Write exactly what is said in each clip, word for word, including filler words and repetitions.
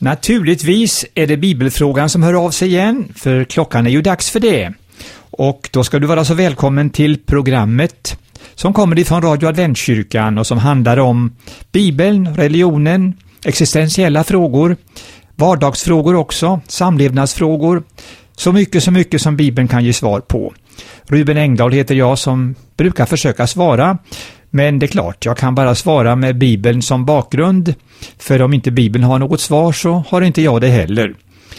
Naturligtvis är det bibelfrågan som hör av sig igen, för klockan är ju dags för det. Och då ska du vara så välkommen till programmet som kommer ifrån Radio Adventkyrkan och som handlar om Bibeln, religionen, existentiella frågor, vardagsfrågor också, samlevnadsfrågor, så mycket så mycket som Bibeln kan ge svar på. Ruben Engdahl heter jag som brukar försöka svara, men det är klart, jag kan bara svara med Bibeln som bakgrund, för om inte Bibeln har något svar så har inte jag det heller.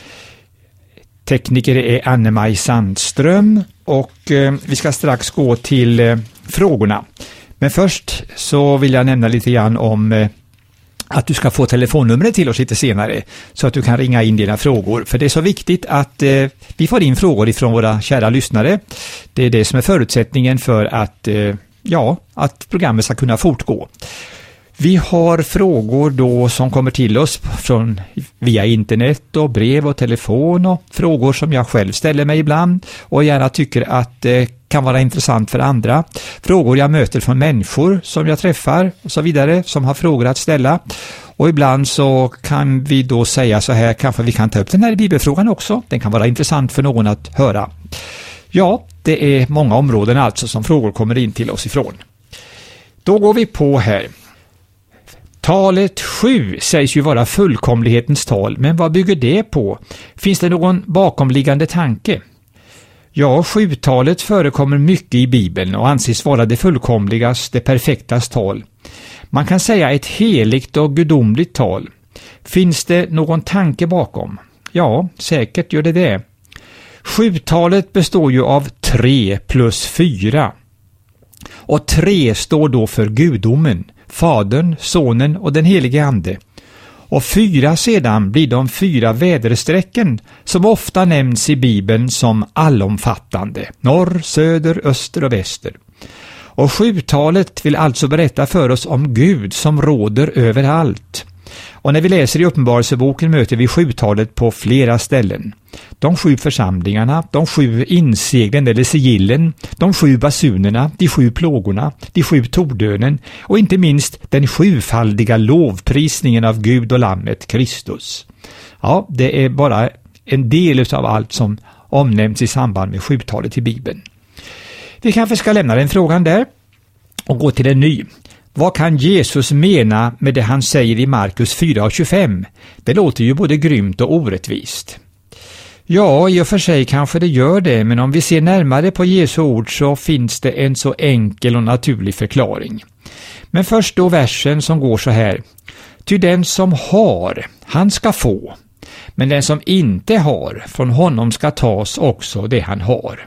Tekniker är Anne-Maj Sandström och eh, vi ska strax gå till eh, frågorna. Men först så vill jag nämna lite grann om eh, att du ska få telefonnumret till oss lite senare så att du kan ringa in dina frågor. För det är så viktigt att eh, vi får in frågor ifrån våra kära lyssnare. Det är det som är förutsättningen för att, eh, ja, att programmet ska kunna fortgå. Vi har frågor då som kommer till oss från, via internet och brev och telefon och frågor som jag själv ställer mig ibland och gärna tycker att det eh, kan vara intressant för andra. Frågor jag möter från människor som jag träffar och så vidare som har frågor att ställa. Och ibland så kan vi då säga så här, kanske vi kan ta upp den här bibelfrågan också. Den kan vara intressant för någon att höra. Ja, det är många områden alltså som frågor kommer in till oss ifrån. Då går vi på här. Talet sju sägs ju vara fullkomlighetens tal, men vad bygger det på? Finns det någon bakomliggande tanke? Ja, sjutalet förekommer mycket i Bibeln och anses vara det fullkomligas, det perfektas tal. Man kan säga ett heligt och gudomligt tal. Finns det någon tanke bakom? Ja, säkert gör det det. Sjutalet består ju av tre plus fyra. Och tre står då för gudomen, Fadern, Sonen och den helige Ande. Och fyra sedan blir de fyra väderstrecken som ofta nämns i Bibeln som allomfattande. Norr, söder, öster och väster. Och sjutalet vill alltså berätta för oss om Gud som råder överallt. Och när vi läser i Uppenbarelseboken möter vi sjutalet på flera ställen. De sju församlingarna, de sju inseglen eller sigillen, de sju basunerna, de sju plågorna, de sju tordönen och inte minst den sjufaldiga lovprisningen av Gud och Lammet Kristus. Ja, det är bara en del av allt som omnämns i samband med sjutalet i Bibeln. Vi kanske ska lämna den frågan där och gå till en ny. Vad kan Jesus mena med det han säger i Markus fyra och tjugofem? Det låter ju både grymt och orättvist. Ja, i och för sig kanske det gör det, men om vi ser närmare på Jesu ord så finns det en så enkel och naturlig förklaring. Men först då versen som går så här. Ty den som har, han ska få, men den som inte har, från honom ska tas också det han har.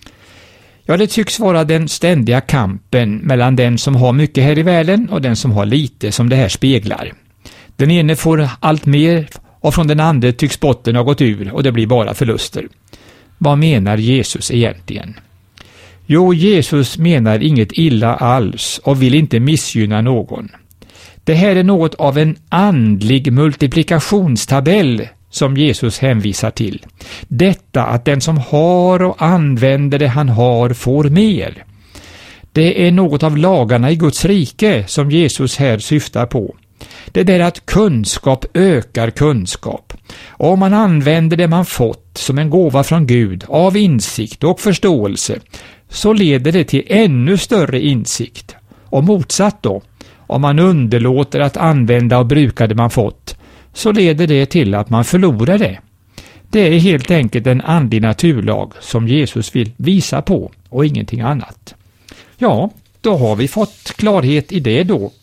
Ja, det tycks vara den ständiga kampen mellan den som har mycket här i världen och den som har lite som det här speglar. Den ene får allt mer och från den andra tycks botten ha gått ur och det blir bara förluster. Vad menar Jesus egentligen? Jo, Jesus menar inget illa alls och vill inte missgynna någon. Det här är något av en andlig multiplikationstabell som Jesus hänvisar till. Detta att den som har och använder det han har får mer. Det är något av lagarna i Guds rike som Jesus här syftar på. Det är att kunskap ökar kunskap. Och om man använder det man fått som en gåva från Gud av insikt och förståelse så leder det till ännu större insikt. Och motsatt då, om man underlåter att använda och bruka det man fått så leder det till att man förlorar det. Det är helt enkelt en andlig naturlag som Jesus vill visa på och ingenting annat. Ja, då har vi fått klarhet i det då.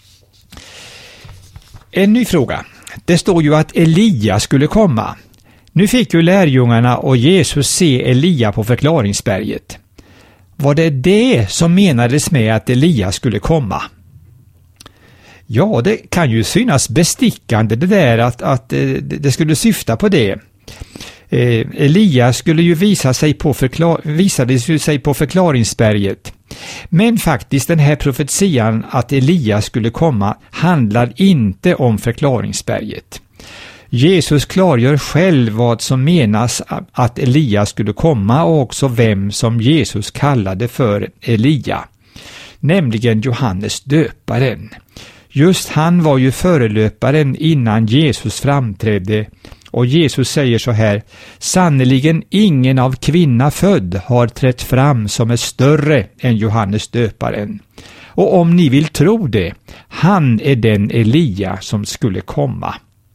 En ny fråga. Det står ju att Elia skulle komma. Nu fick ju lärjungarna och Jesus se Elia på förklaringsberget. Var det det som menades med att Elia skulle komma? Ja, det kan ju synas bestickande det där att, att det skulle syfta på det. Eh, Elia skulle ju visa sig på förklar- visade sig på förklaringsberget. Men faktiskt den här profetian att Elia skulle komma handlar inte om förklaringsberget. Jesus klargör själv vad som menas att Elia skulle komma och också vem som Jesus kallade för Elia, nämligen Johannes döparen. Just han var ju förelöparen innan Jesus framträdde. Och Jesus säger så här: sannoliken ingen av kvinna född har trätt fram som är större än Johannes döparen. Och om ni vill tro det, han är den Elia som skulle komma.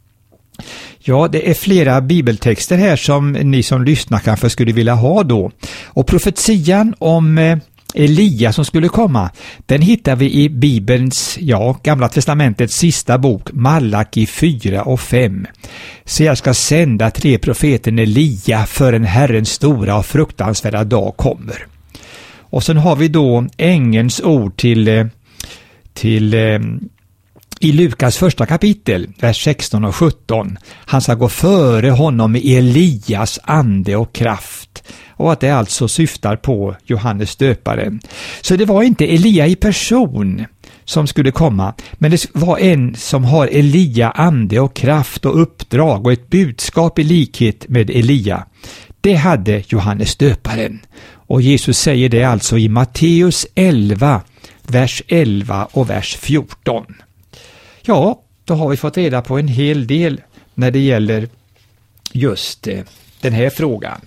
Ja, det är flera bibeltexter här som ni som lyssnar kanske skulle vilja ha då. Och profetian om eh, Elia som skulle komma, den hittar vi i Bibelns, ja, Gamla testamentets sista bok, Malaki fyra och fem. Så jag ska sända tre profeten Elia för en Herrens stora och fruktansvärda dag kommer. Och sen har vi då ängelns ord till, till i Lukas första kapitel, vers sexton och sjutton. Han ska gå före honom med Elias ande och kraft. Och att det alltså syftar på Johannes döparen. Så det var inte Elia i person som skulle komma, men det var en som har Elia ande och kraft och uppdrag och ett budskap i likhet med Elia. Det hade Johannes döparen. Och Jesus säger det alltså i Matteus elva, vers elva och vers fjorton. Ja, då har vi fått reda på en hel del när det gäller just eh, den här frågan.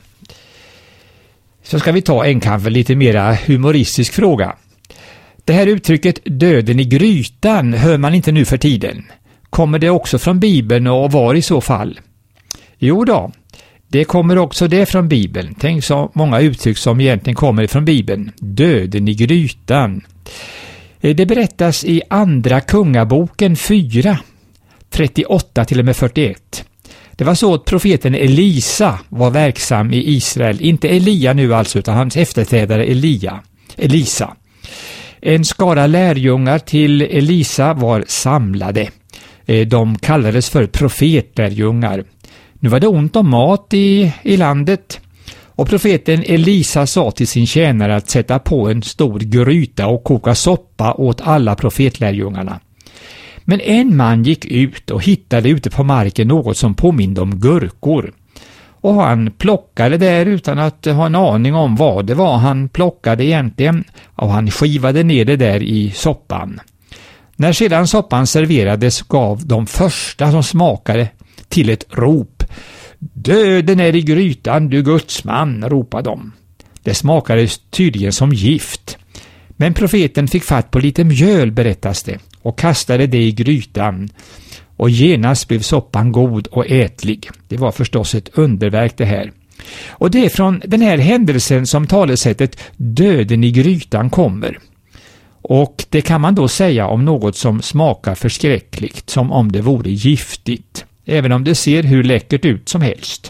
Så ska vi ta en kanske lite mera humoristisk fråga. Det här uttrycket döden i grytan hör man inte nu för tiden. Kommer det också från Bibeln och var i så fall? Jo då, det kommer också det från Bibeln. Tänk så många uttryck som egentligen kommer från Bibeln. Döden i grytan. Det berättas i andra kungaboken fyra, trettioåtta till och med fyrtioett. Det var så att profeten Elisa var verksam i Israel. Inte Elia nu alltså, utan hans efterträdare Elia, Elisa. En skara lärjungar till Elisa var samlade. De kallades för profetlärjungar. Nu var det ont om mat i, i landet. Och profeten Elisa sa till sin tjänare att sätta på en stor gryta och koka soppa åt alla profetlärjungarna. Men en man gick ut och hittade ute på marken något som påminde om gurkor. Och han plockade där utan att ha en aning om vad det var han plockade egentligen. Och han skivade ner det där i soppan. När sedan soppan serverades gav de första som smakade till ett rop. Döden är i grytan, du gudsman, ropade de. Det smakade tydligen som gift. Men profeten fick fatt på lite mjöl, berättas det, och kastade det i grytan. Och genast blev soppan god och ätlig. Det var förstås ett underverk det här. Och det är från den här händelsen som talesättet döden i grytan kommer. Och det kan man då säga om något som smakar förskräckligt, som om det vore giftigt. Även om det ser hur läckert ut som helst.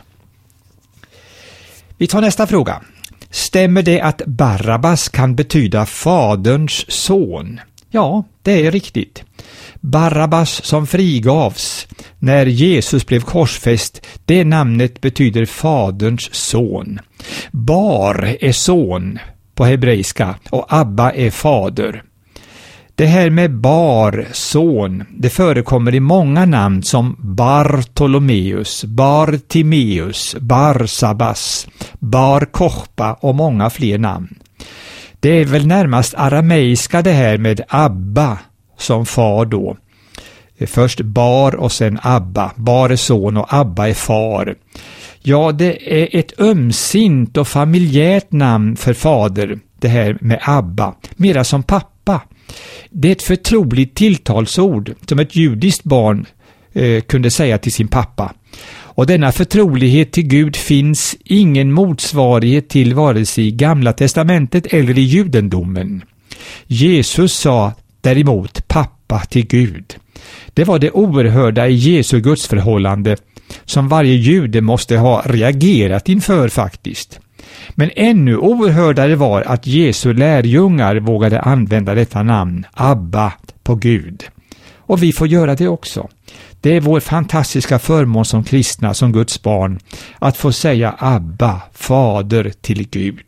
Vi tar nästa fråga. Stämmer det att Barabbas kan betyda faderns son? Ja, det är riktigt. Barabbas som frigavs när Jesus blev korsfäst, det namnet betyder faderns son. Bar är son på hebreiska och Abba är fader. Det här med Bar, son, det förekommer i många namn som Bartolomeus, Bartimeus, Barsabas, Bar Kochba och många fler namn. Det är väl närmast arameiska det här med Abba som far då. Först Bar och sen Abba. Bar är son och Abba är far. Ja, det är ett ömsint och familjärt namn för fader, det här med Abba, mera som pappa. Det är ett förtroligt tilltalsord som ett judiskt barn eh, kunde säga till sin pappa. Och denna förtrolighet till Gud finns ingen motsvarighet till vare sig i Gamla testamentet eller i judendomen. Jesus sa däremot pappa till Gud. Det var det oerhörda i Jesu gudsförhållande som varje jude måste ha reagerat inför faktiskt. Men ännu oerhördare var att Jesu lärjungar vågade använda detta namn, Abba, på Gud. Och vi får göra det också. Det är vår fantastiska förmån som kristna, som Guds barn, att få säga Abba, fader till Gud.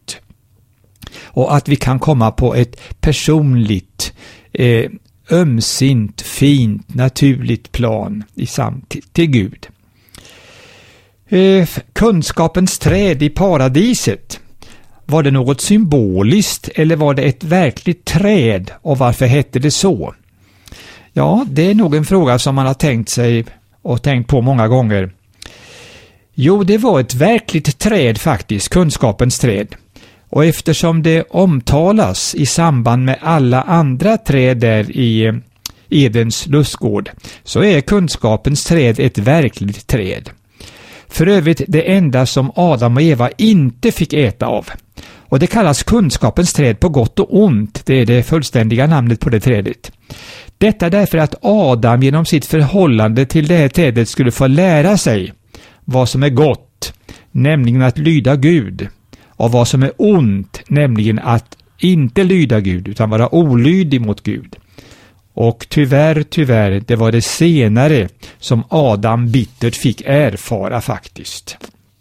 Och att vi kan komma på ett personligt, eh, ömsint, fint, naturligt plan i samt till Gud. Eh, kunskapens träd i paradiset. Var det något symboliskt eller var det ett verkligt träd och varför hette det så? Ja, det är nog en fråga som man har tänkt sig och tänkt på många gånger. Jo, det var ett verkligt träd faktiskt, kunskapens träd. Och eftersom det omtalas i samband med alla andra träd där i Edens lustgård, så är kunskapens träd ett verkligt träd. För övrigt det enda som Adam och Eva inte fick äta av. Och det kallas kunskapens träd på gott och ont. Det är det fullständiga namnet på det trädet. Detta därför att Adam genom sitt förhållande till det här trädet skulle få lära sig vad som är gott, nämligen att lyda Gud, och vad som är ont, nämligen att inte lyda Gud utan vara olydig mot Gud. Och tyvärr, tyvärr, det var det senare som Adam bittert fick erfara faktiskt.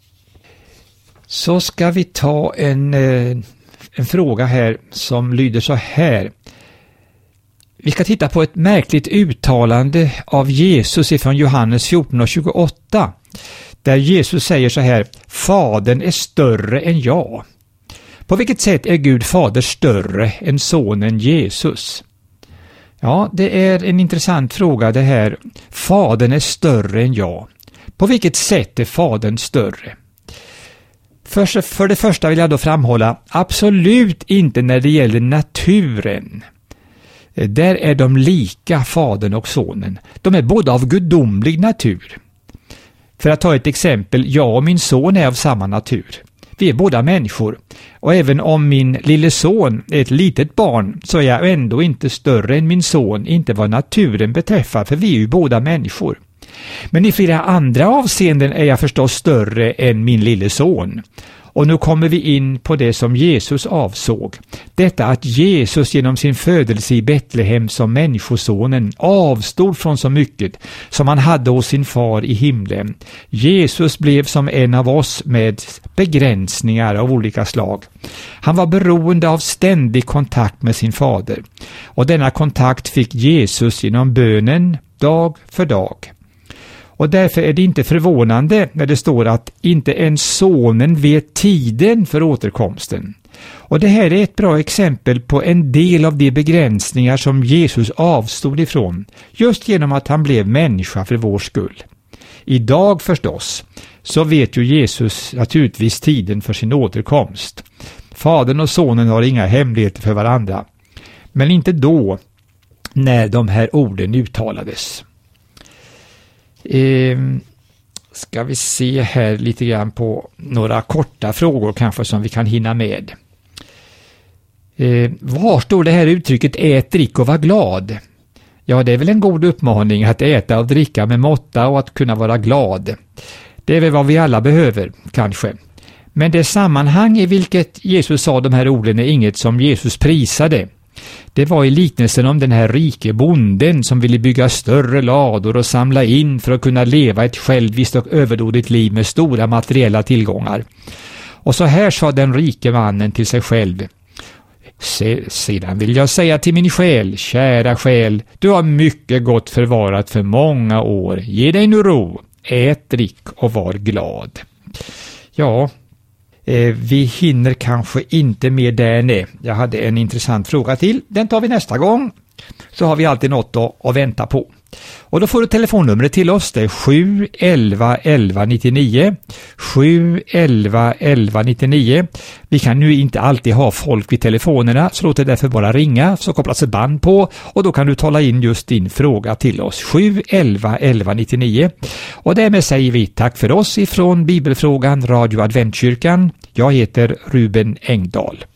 Så ska vi ta en, en fråga här som lyder så här. Vi ska titta på ett märkligt uttalande av Jesus ifrån Johannes fjorton och tjugoåtta. Där Jesus säger så här: Fadern är större än jag. På vilket sätt är Gud fader större än sonen Jesus? Ja, det är en intressant fråga det här. Fadern är större än jag. På vilket sätt är fadern större? För, för det första vill jag då framhålla, absolut inte när det gäller naturen. Där är de lika, fadern och sonen. De är båda av gudomlig natur. För att ta ett exempel, jag och min son är av samma natur. Vi är båda människor. Och även om min lille son är ett litet barn, så är jag ändå inte större än min son, inte vad naturen beträffar, för vi är ju båda människor. Men i flera andra avseenden är jag förstås större än min lille son. Och nu kommer vi in på det som Jesus avsåg. Detta att Jesus genom sin födelse i Betlehem som människosonen avstod från så mycket som han hade hos sin far i himlen. Jesus blev som en av oss med begränsningar av olika slag. Han var beroende av ständig kontakt med sin fader. Och denna kontakt fick Jesus genom bönen dag för dag. Och därför är det inte förvånande när det står att inte ens sonen vet tiden för återkomsten. Och det här är ett bra exempel på en del av de begränsningar som Jesus avstod ifrån, just genom att han blev människa för vår skull. Idag förstås, så vet ju Jesus naturligtvis tiden för sin återkomst. Fadern och sonen har inga hemligheter för varandra. Men inte då, när de här orden uttalades. Eh, ska vi se här lite grann på några korta frågor kanske som vi kan hinna med. Eh, var står det här uttrycket ät, drick och var glad? Ja, det är väl en god uppmaning att äta och dricka med måtta och att kunna vara glad. Det är väl vad vi alla behöver, kanske. Men det sammanhang i vilket Jesus sa de här orden är inget som Jesus prisade. Det var i liknelsen om den här rike bonden som ville bygga större lador och samla in för att kunna leva ett själviskt och överdådigt liv med stora materiella tillgångar. Och så här sa den rike mannen till sig själv: Se, sedan vill jag säga till min själ, kära själ, du har mycket gott förvarat för många år. Ge dig nu ro, ät, drick och var glad. Ja, eh, vi hinner kanske inte mer där nu. Jag hade en intressant fråga till. Den tar vi nästa gång. Så har vi alltid något att, att vänta på. Och då får du telefonnumret till oss. Det är sju elva elva nittionio. sju elva elva nittionio. Vi kan nu inte alltid ha folk vid telefonerna, så låt det därför bara ringa, så kopplas ett band på och då kan du tala in just din fråga till oss. sju elva elva nittionio. Och därmed säger vi tack för oss ifrån Bibelfrågan Radio Adventkyrkan. Jag heter Ruben Engdahl.